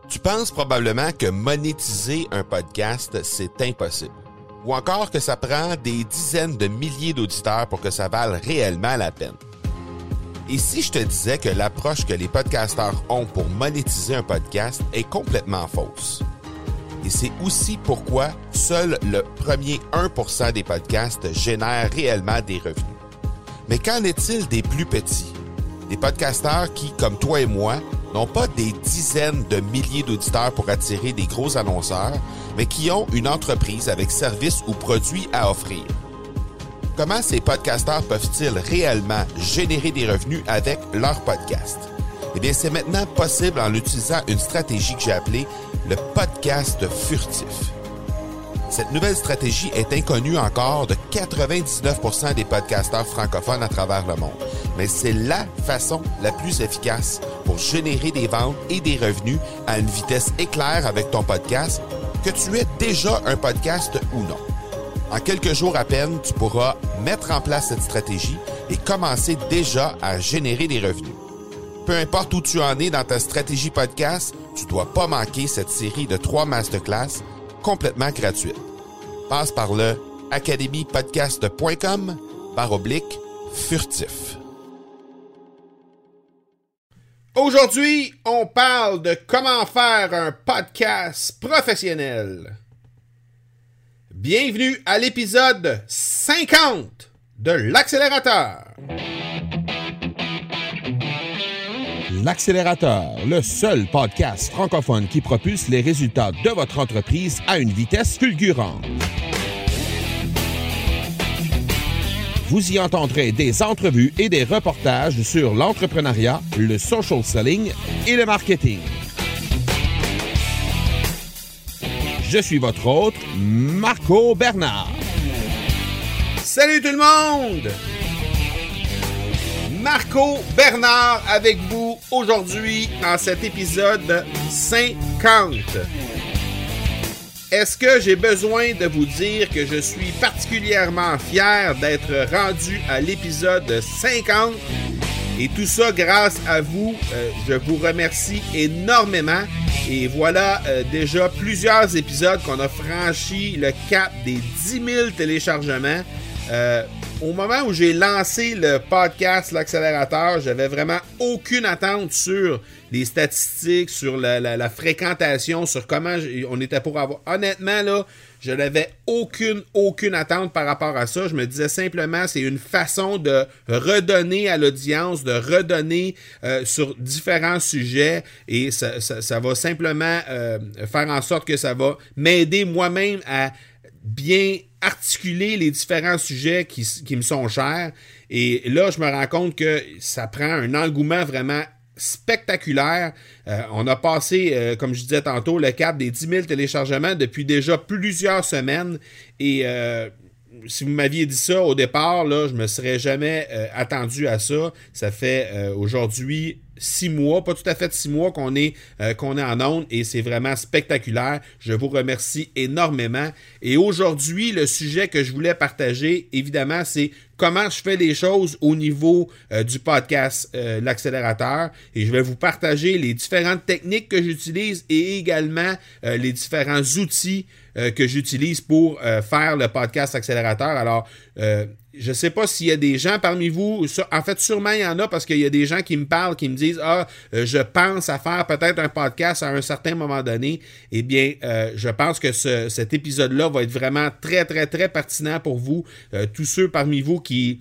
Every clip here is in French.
Tu penses probablement que monétiser un podcast, c'est impossible. Ou encore que ça prend des dizaines de milliers d'auditeurs pour que ça vale réellement la peine. Et si je te disais que l'approche que les podcasteurs ont pour monétiser un podcast est complètement fausse? Et c'est aussi pourquoi seul le premier 1% des podcasts génèrent réellement des revenus. Mais qu'en est-il des plus petits? Des podcasteurs qui, comme toi et moi, n'ont pas des dizaines de milliers d'auditeurs pour attirer des gros annonceurs, mais qui ont une entreprise avec services ou produits à offrir. Comment ces podcasteurs peuvent-ils réellement générer des revenus avec leur podcast? Eh bien, c'est maintenant possible en utilisant une stratégie que j'ai appelée le podcast furtif. Cette nouvelle stratégie est inconnue encore de 99% des podcasteurs francophones à travers le monde. Mais c'est la façon la plus efficace pour générer des ventes et des revenus à une vitesse éclair avec ton podcast, que tu aies déjà un podcast ou non. En quelques jours à peine, tu pourras mettre en place cette stratégie et commencer déjà à générer des revenus. Peu importe où tu en es dans ta stratégie podcast, tu ne dois pas manquer cette série de 3 masterclass complètement gratuite. Passe par le academypodcast.com/furtif. Aujourd'hui, on parle de comment faire un podcast professionnel. Bienvenue à l'épisode 50 de l'Accélérateur. L'Accélérateur, le seul podcast francophone qui propulse les résultats de votre entreprise à une vitesse fulgurante. Vous y entendrez des entrevues et des reportages sur l'entrepreneuriat, le social selling et le marketing. Je suis votre hôte, Marco Bernard. Salut tout le monde! Marco Bernard avec vous aujourd'hui dans cet épisode 50. Est-ce que j'ai besoin de vous dire que je suis particulièrement fier d'être rendu à l'épisode 50? Et tout ça grâce à vous. Je vous remercie énormément. Et voilà déjà plusieurs épisodes qu'on a franchi le cap des 10 000 téléchargements. Au moment où j'ai lancé le podcast L'Accélérateur, j'avais vraiment aucune attente sur les statistiques, sur la fréquentation, sur comment on était pour avoir. Honnêtement, là, je n'avais aucune attente par rapport à ça. Je me disais simplement, c'est une façon de redonner à l'audience, de redonner sur différents sujets et ça va simplement faire en sorte que ça va m'aider moi-même à bien articuler les différents sujets qui me sont chers. Et là, je me rends compte que ça prend un engouement vraiment spectaculaire. On a passé, comme je disais tantôt, le cap des 10 000 téléchargements depuis déjà plusieurs semaines. Et si vous m'aviez dit ça au départ, là, je me serais jamais attendu à ça. Ça fait aujourd'hui 6 mois, pas tout à fait 6 mois qu'on est en onde et c'est vraiment spectaculaire. Je vous remercie énormément. Et aujourd'hui, le sujet que je voulais partager, évidemment, c'est comment je fais les choses au niveau du podcast L'Accélérateur. Et je vais vous partager les différentes techniques que j'utilise et également les différents outils que j'utilise pour faire le podcast Accélérateur. Alors, je ne sais pas s'il y a des gens parmi vous, en fait sûrement il y en a parce qu'il y a des gens qui me parlent, qui me disent « Ah, je pense à faire peut-être un podcast à un certain moment donné. » Eh bien, je pense que cet épisode-là va être vraiment très, très, très pertinent pour vous. Tous ceux parmi vous qui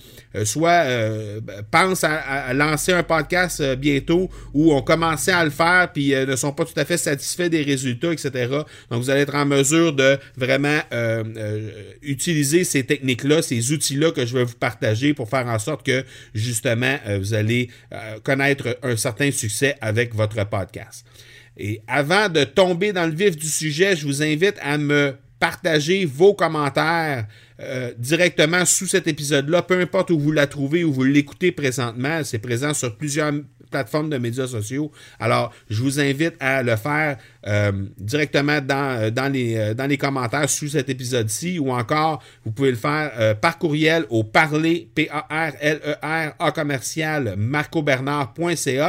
pensent à lancer un podcast bientôt ou ont commencé à le faire puis ne sont pas tout à fait satisfaits des résultats, etc. Donc, vous allez être en mesure de vraiment utiliser ces techniques-là, ces outils-là que je vais vous partager pour faire en sorte que, justement, vous allez connaître un certain succès avec votre podcast. Et avant de tomber dans le vif du sujet, je vous invite à me partager vos commentaires directement sous cet épisode-là, peu importe où vous la trouvez, où vous l'écoutez présentement. C'est présent sur plusieurs plateformes de médias sociaux. Alors, je vous invite à le faire directement dans les commentaires sous cet épisode-ci ou encore, vous pouvez le faire par courriel au parler, P-A-R-L-E-R, A commercial, marcobernard.ca.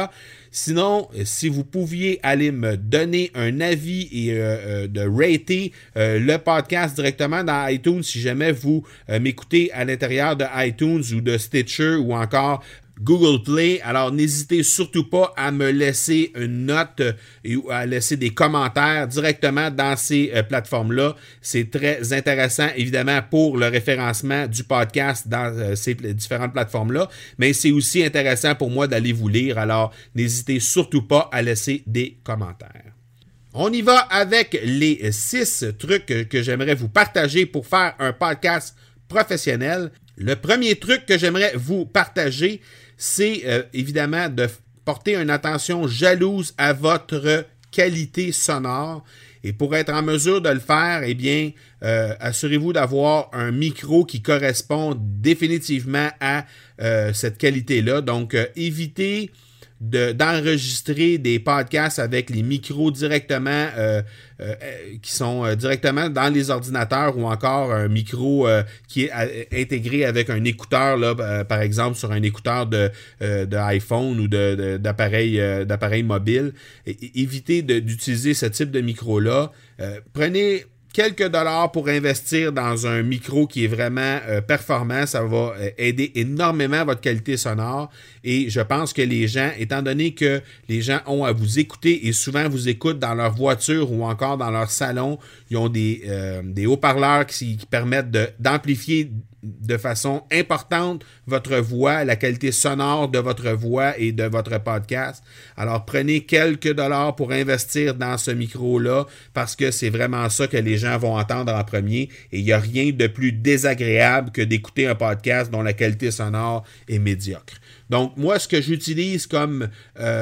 Sinon, si vous pouviez aller me donner un avis et de rater le podcast directement dans iTunes, si jamais vous m'écoutez à l'intérieur de iTunes ou de Stitcher ou encore Google Play, alors n'hésitez surtout pas à me laisser une note et à laisser des commentaires directement dans ces plateformes-là. C'est très intéressant, évidemment, pour le référencement du podcast dans ces différentes plateformes-là, mais c'est aussi intéressant pour moi d'aller vous lire, alors n'hésitez surtout pas à laisser des commentaires. On y va avec les 6 trucs que j'aimerais vous partager pour faire un podcast professionnel. Le premier truc que j'aimerais vous partager, c'est évidemment de porter une attention jalouse à votre qualité sonore. Et pour être en mesure de le faire, eh bien, assurez-vous d'avoir un micro qui correspond définitivement à cette qualité-là. Donc, évitez d'enregistrer des podcasts avec les micros directement qui sont directement dans les ordinateurs ou encore un micro qui est intégré avec un écouteur, là, par exemple sur un écouteur de iPhone ou d'appareil mobile. Évitez d'utiliser ce type de micro-là. Prenez quelques dollars pour investir dans un micro qui est vraiment performant. Ça va aider énormément votre qualité sonore. Et je pense que les gens, étant donné que les gens ont à vous écouter et souvent vous écoutent dans leur voiture ou encore dans leur salon, ils ont des haut-parleurs qui permettent d'amplifier de façon importante votre voix, la qualité sonore de votre voix et de votre podcast. Alors, prenez quelques dollars pour investir dans ce micro-là parce que c'est vraiment ça que les gens vont entendre en premier et il n'y a rien de plus désagréable que d'écouter un podcast dont la qualité sonore est médiocre. Donc, moi, ce que j'utilise comme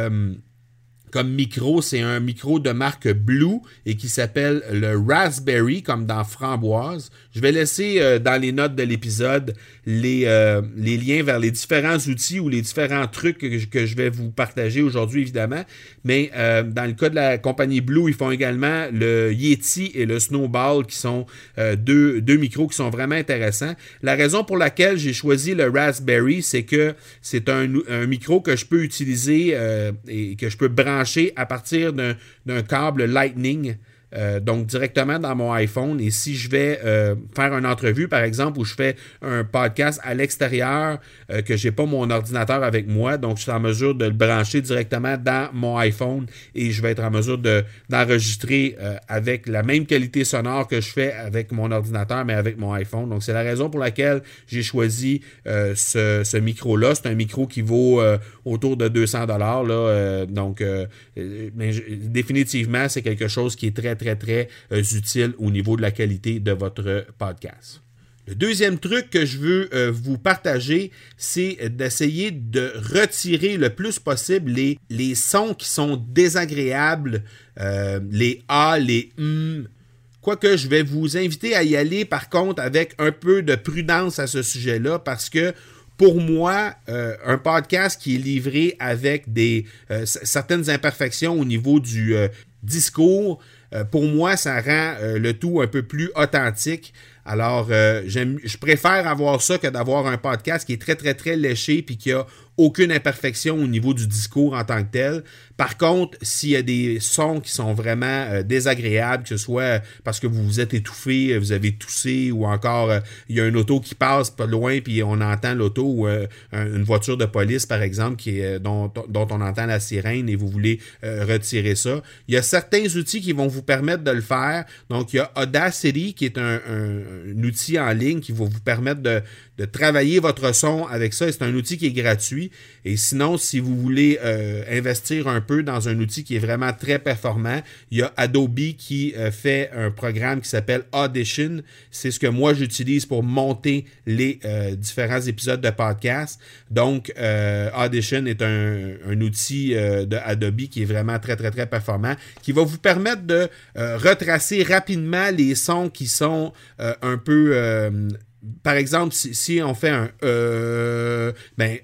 micro, c'est un micro de marque Blue et qui s'appelle le Raspberry, comme dans framboise. Je vais laisser dans les notes de l'épisode les liens vers les différents outils ou les différents trucs que je vais vous partager aujourd'hui, évidemment. Mais dans le cas de la compagnie Blue, ils font également le Yeti et le Snowball, qui sont deux micros qui sont vraiment intéressants. La raison pour laquelle j'ai choisi le Raspberry, c'est que c'est un micro que je peux utiliser et que je peux brancher à partir d'un câble Lightning, donc directement dans mon iPhone. Et si je vais faire une entrevue, par exemple, où je fais un podcast à l'extérieur, que je n'ai pas mon ordinateur avec moi, donc je suis en mesure de le brancher directement dans mon iPhone et je vais être en mesure d'enregistrer avec la même qualité sonore que je fais avec mon ordinateur, mais avec mon iPhone. Donc, c'est la raison pour laquelle j'ai choisi ce micro-là. C'est un micro qui vaut autour de 200$. Mais définitivement, c'est quelque chose qui est très, très, très utile au niveau de la qualité de votre podcast. Le deuxième truc que je veux vous partager, c'est d'essayer de retirer le plus possible les sons qui sont désagréables, les A, les Quoique je vais vous inviter à y aller, par contre, avec un peu de prudence à ce sujet-là, parce que pour moi, un podcast qui est livré avec certaines imperfections au niveau du discours, pour moi, ça rend le tout un peu plus authentique. Alors, je préfère avoir ça que d'avoir un podcast qui est très, très, très léché puis qui a aucune imperfection au niveau du discours en tant que tel. Par contre, s'il y a des sons qui sont vraiment désagréables, que ce soit parce que vous vous êtes étouffé, vous avez toussé ou encore il y a une auto qui passe pas loin puis on entend l'auto ou une voiture de police, par exemple, dont on entend la sirène et vous voulez retirer ça. Il y a certains outils qui vont vous permettre de le faire. Donc, il y a Audacity qui est un outil en ligne qui va vous permettre de travailler votre son avec ça. Et c'est un outil qui est gratuit. Et sinon, si vous voulez investir un peu dans un outil qui est vraiment très performant, il y a Adobe qui fait un programme qui s'appelle Audition. C'est ce que moi j'utilise pour monter les différents épisodes de podcast. Donc, Audition est un outil de Adobe qui est vraiment très, très, très performant, qui va vous permettre de retracer rapidement les sons qui sont un peu... par exemple, si on fait un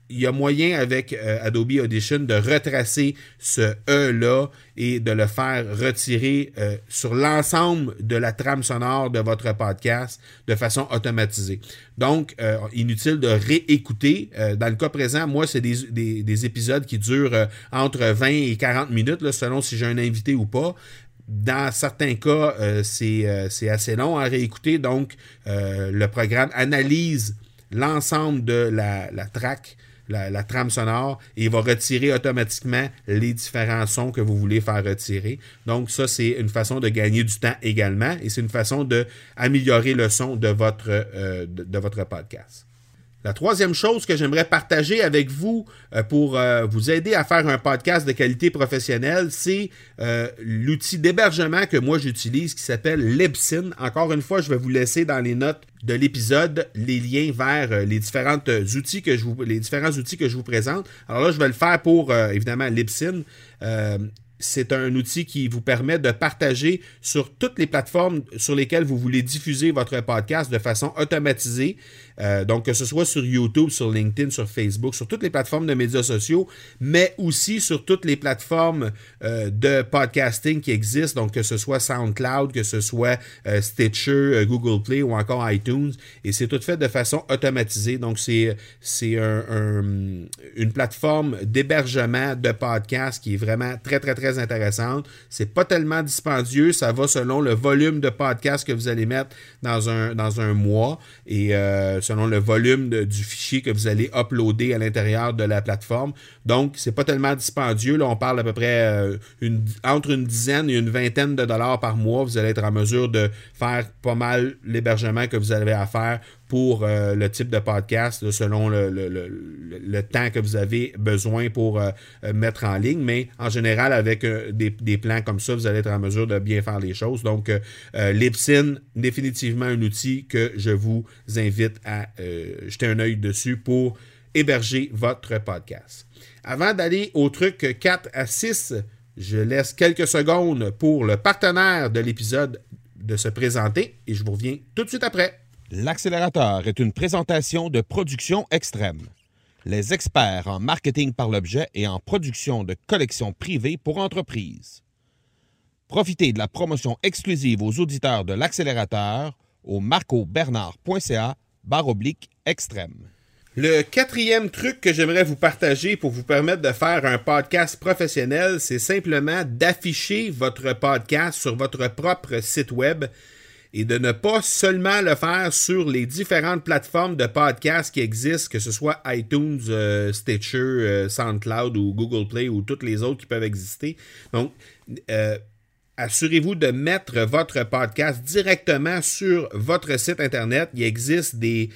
il y a moyen avec Adobe Audition de retracer ce E-là et de le faire retirer sur l'ensemble de la trame sonore de votre podcast de façon automatisée. Donc, inutile de réécouter. Dans le cas présent, moi, c'est des épisodes qui durent entre 20 et 40 minutes, là, selon si j'ai un invité ou pas. Dans certains cas, c'est assez long à réécouter. Donc, le programme analyse l'ensemble de la track, la trame sonore, et il va retirer automatiquement les différents sons que vous voulez faire retirer. Donc, ça, c'est une façon de gagner du temps également, et c'est une façon d'améliorer le son de votre podcast. La troisième chose que j'aimerais partager avec vous pour vous aider à faire un podcast de qualité professionnelle, c'est l'outil d'hébergement que moi j'utilise qui s'appelle Libsyn. Encore une fois, je vais vous laisser dans les notes de l'épisode les liens vers les différents outils que je vous présente. Alors là, je vais le faire pour évidemment Libsyn. C'est un outil qui vous permet de partager sur toutes les plateformes sur lesquelles vous voulez diffuser votre podcast de façon automatisée. Donc, que ce soit sur YouTube, sur LinkedIn, sur Facebook, sur toutes les plateformes de médias sociaux, mais aussi sur toutes les plateformes de podcasting qui existent, donc que ce soit SoundCloud, que ce soit Stitcher, Google Play ou encore iTunes. Et c'est tout fait de façon automatisée. Donc, c'est une plateforme d'hébergement de podcasts qui est vraiment très, très, très intéressante. C'est pas tellement dispendieux. Ça va selon le volume de podcasts que vous allez mettre dans un mois et selon le volume du fichier que vous allez uploader à l'intérieur de la plateforme. Donc, c'est pas tellement dispendieux. Là, on parle à peu près entre une dizaine et une vingtaine de dollars par mois. Vous allez être en mesure de faire pas mal l'hébergement que vous avez à faire pour le type de podcast, là, selon le temps que vous avez besoin pour mettre en ligne. Mais en général, avec des plans comme ça, vous allez être en mesure de bien faire les choses. Donc, Libsyn, définitivement un outil que je vous invite à jeter un œil dessus pour héberger votre podcast. Avant d'aller au truc 4 à 6, je laisse quelques secondes pour le partenaire de l'épisode de se présenter et je vous reviens tout de suite après. L'accélérateur est une présentation de Production Extrême. Les experts en marketing par l'objet et en production de collections privées pour entreprises. Profitez de la promotion exclusive aux auditeurs de l'accélérateur au marcobernard.ca/extrême. Le quatrième truc que j'aimerais vous partager pour vous permettre de faire un podcast professionnel, c'est simplement d'afficher votre podcast sur votre propre site web et de ne pas seulement le faire sur les différentes plateformes de podcasts qui existent, que ce soit iTunes, Stitcher, SoundCloud ou Google Play ou toutes les autres qui peuvent exister. Donc, assurez-vous de mettre votre podcast directement sur votre site Internet. Il existe des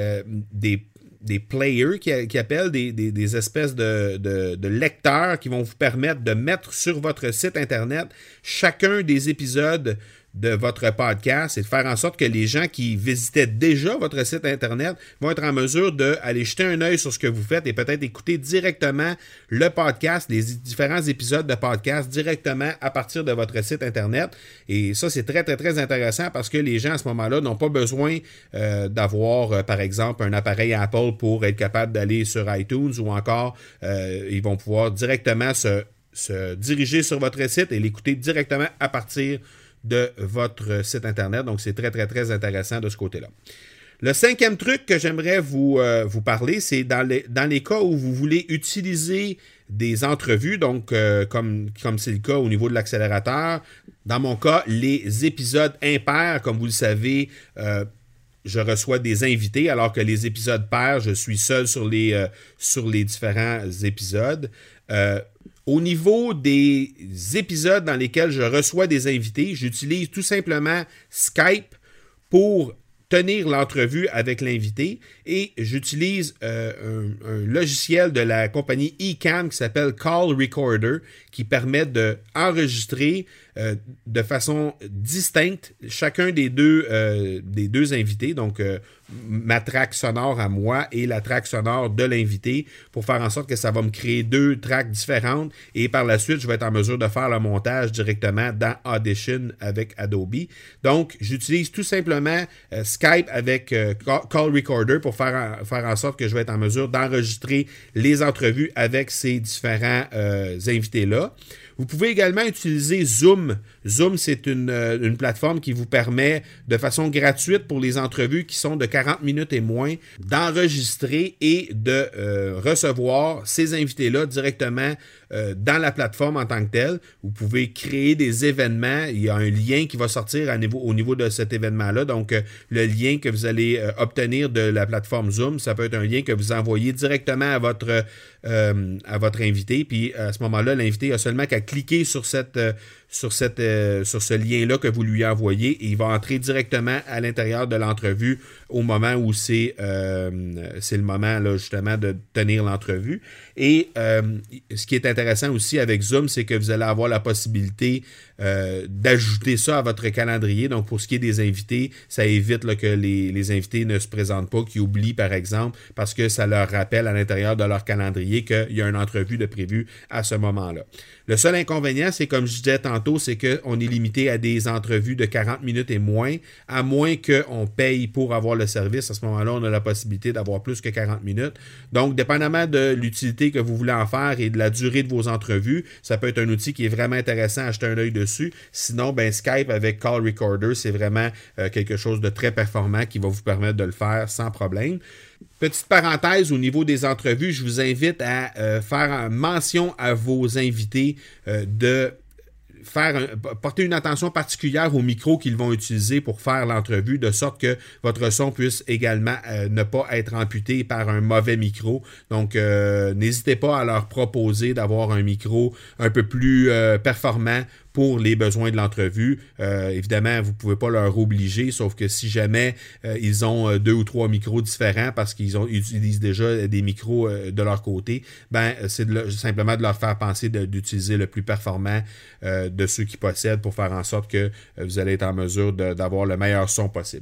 players qui appellent des espèces de lecteurs qui vont vous permettre de mettre sur votre site Internet chacun des épisodes de votre podcast et de faire en sorte que les gens qui visitaient déjà votre site Internet vont être en mesure d'aller jeter un œil sur ce que vous faites et peut-être écouter directement le podcast, les différents épisodes de podcast directement à partir de votre site Internet. Et ça, c'est très, très, très intéressant parce que les gens à ce moment-là n'ont pas besoin d'avoir, par exemple, un appareil Apple pour être capable d'aller sur iTunes ou encore, ils vont pouvoir directement se diriger sur votre site et l'écouter directement à partir de votre site Internet. Donc, c'est très, très, très intéressant de ce côté-là. Le cinquième truc que j'aimerais vous parler, c'est dans les cas où vous voulez utiliser des entrevues, donc comme c'est le cas au niveau de l'accélérateur. Dans mon cas, les épisodes impairs, comme vous le savez, je reçois des invités, alors que les épisodes pairs, je suis seul sur les différents épisodes. Au niveau des épisodes dans lesquels je reçois des invités, j'utilise tout simplement Skype pour tenir l'entrevue avec l'invité et j'utilise un logiciel de la compagnie eCam qui s'appelle Call Recorder qui permet d'enregistrer de façon distincte chacun des deux invités, donc ma track sonore à moi et la track sonore de l'invité pour faire en sorte que ça va me créer deux tracks différentes et par la suite, je vais être en mesure de faire le montage directement dans Audition avec Adobe. Donc, j'utilise tout simplement Skype Skype avec Call Recorder pour faire en sorte que je vais être en mesure d'enregistrer les entrevues avec ces différents invités-là. Vous pouvez également utiliser Zoom. Zoom, c'est une plateforme qui vous permet, de façon gratuite pour les entrevues qui sont de 40 minutes et moins, d'enregistrer et de recevoir ces invités-là directement dans la plateforme en tant que telle. Vous pouvez créer des événements. Il y a un lien qui va sortir au niveau de cet événement-là. Donc, le lien que vous allez obtenir de la plateforme Zoom, ça peut être un lien que vous envoyez directement à votre invité. Puis, à ce moment-là, l'invité a seulement qu'à cliquer sur ce lien-là que vous lui envoyez et il va entrer directement à l'intérieur de l'entrevue au moment où c'est le moment là, justement de tenir l'entrevue. Et ce qui est intéressant aussi avec Zoom, c'est que vous allez avoir la possibilité d'ajouter ça à votre calendrier. Donc, pour ce qui est des invités, ça évite là, que les invités ne se présentent pas, qu'ils oublient, par exemple, parce que ça leur rappelle à l'intérieur de leur calendrier qu'il y a une entrevue de prévue à ce moment-là. Le seul inconvénient, c'est comme je disais tantôt, c'est qu'on est limité à des entrevues de 40 minutes et moins, à moins qu'on paye pour avoir le service. À ce moment-là, on a la possibilité d'avoir plus que 40 minutes. Donc, dépendamment de l'utilité que vous voulez en faire et de la durée de vos entrevues, ça peut être un outil qui est vraiment intéressant à jeter un œil dessus. Sinon, Skype avec Call Recorder, c'est vraiment quelque chose de très performant qui va vous permettre de le faire sans problème. Petite parenthèse au niveau des entrevues, je vous invite à faire mention à vos invités de porter une attention particulière au micro qu'ils vont utiliser pour faire l'entrevue, de sorte que votre son puisse également ne pas être amputé par un mauvais micro. Donc, n'hésitez pas à leur proposer d'avoir un micro un peu plus performant pour les besoins de l'entrevue. Évidemment, vous ne pouvez pas leur obliger, sauf que si jamais ils ont 2 ou 3 micros différents parce qu'ils utilisent déjà des micros de leur côté, c'est simplement de leur faire penser d'utiliser le plus performant de ceux qu'ils possèdent pour faire en sorte que vous allez être en mesure d'avoir le meilleur son possible.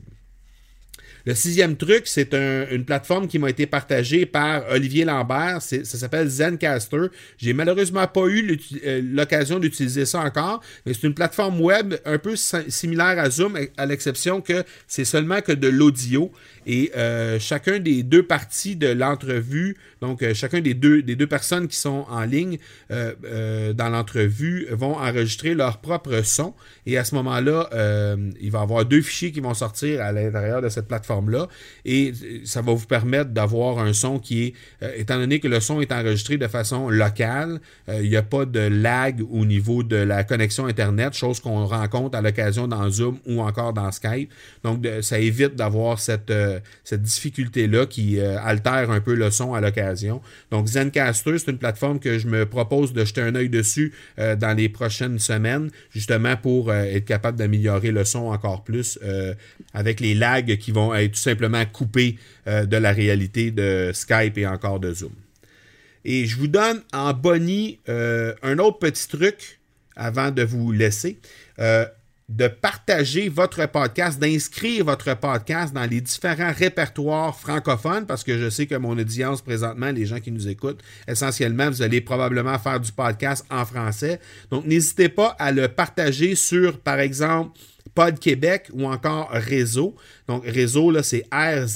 Le 6e truc, c'est une plateforme qui m'a été partagée par Olivier Lambert. Ça s'appelle Zencastr. J'ai malheureusement pas eu l'occasion d'utiliser ça encore, mais c'est une plateforme web un peu similaire à Zoom, à l'exception que c'est seulement que de l'audio. Et chacun des deux parties de l'entrevue, donc chacun des deux personnes qui sont en ligne dans l'entrevue vont enregistrer leur propre son. Et à ce moment-là, il va y avoir 2 fichiers qui vont sortir à l'intérieur de cette plateforme-là. Et ça va vous permettre d'avoir un son qui est, étant donné que le son est enregistré de façon locale, il n'y a pas de lag au niveau de la connexion Internet, chose qu'on rencontre à l'occasion dans Zoom ou encore dans Skype. Donc, ça évite d'avoir cette difficulté-là qui altère un peu le son à l'occasion. Donc, Zencastr, c'est une plateforme que je me propose de jeter un œil dessus dans les prochaines semaines, justement pour être capable d'améliorer le son encore plus avec les lags qui vont être tout simplement coupés de la réalité de Skype et encore de Zoom. Et je vous donne en bonus un autre petit truc avant de vous laisser. De partager votre podcast, d'inscrire votre podcast dans les différents répertoires francophones, parce que je sais que mon audience présentement, les gens qui nous écoutent, essentiellement, vous allez probablement faire du podcast en français. Donc, n'hésitez pas à le partager sur, par exemple, Pod Québec ou encore Réseau. Donc, Réseau, là, c'est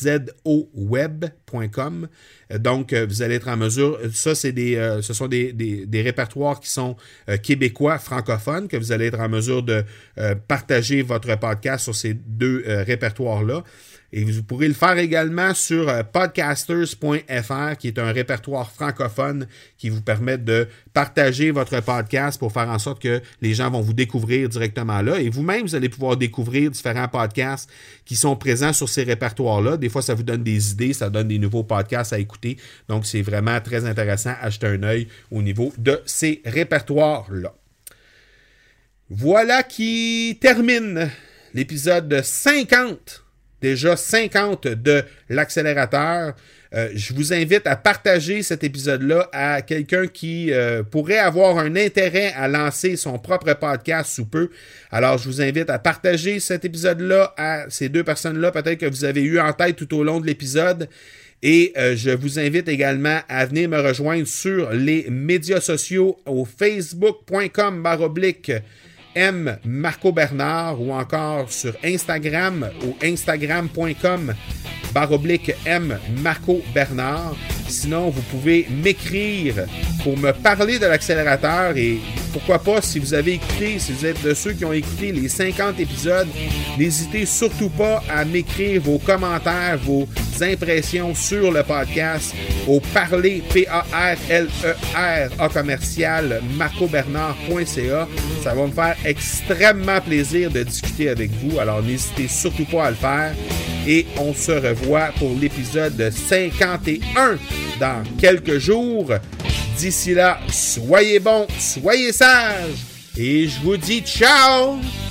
rzoweb.com. Donc, vous allez être en mesure, ça, ce sont des répertoires qui sont québécois francophones, que vous allez être en mesure de partager votre podcast sur ces 2 répertoires-là. Et vous pourrez le faire également sur podcasters.fr, qui est un répertoire francophone qui vous permet de partager votre podcast pour faire en sorte que les gens vont vous découvrir directement là. Et vous-même, vous allez pouvoir découvrir différents podcasts qui sont présents sur ces répertoires-là. Des fois, ça vous donne des idées, ça donne des nouveaux podcasts à écouter. Donc, c'est vraiment très intéressant à jeter un œil au niveau de ces répertoires-là. Voilà qui termine l'épisode 50. Déjà 50 de l'accélérateur. Je vous invite à partager cet épisode-là à quelqu'un qui pourrait avoir un intérêt à lancer son propre podcast sous peu. Alors, je vous invite à partager cet épisode-là à ces 2 personnes-là, peut-être que vous avez eu en tête tout au long de l'épisode. Et je vous invite également à venir me rejoindre sur les médias sociaux au facebook.com/. M. Marco Bernard ou encore sur Instagram au instagram.com/M. Marco Bernard. Sinon, vous pouvez m'écrire pour me parler de l'accélérateur et pourquoi pas, si vous avez écouté, si vous êtes de ceux qui ont écouté les 50 épisodes, n'hésitez surtout pas à m'écrire vos commentaires, vos impressions sur le podcast au parler, PARLER, marcobernard.ca. Ça va me faire extrêmement plaisir de discuter avec vous, alors n'hésitez surtout pas à le faire. Et on se revoit pour l'épisode 51 dans quelques jours. D'ici là, soyez bons, soyez sages, et je vous dis ciao!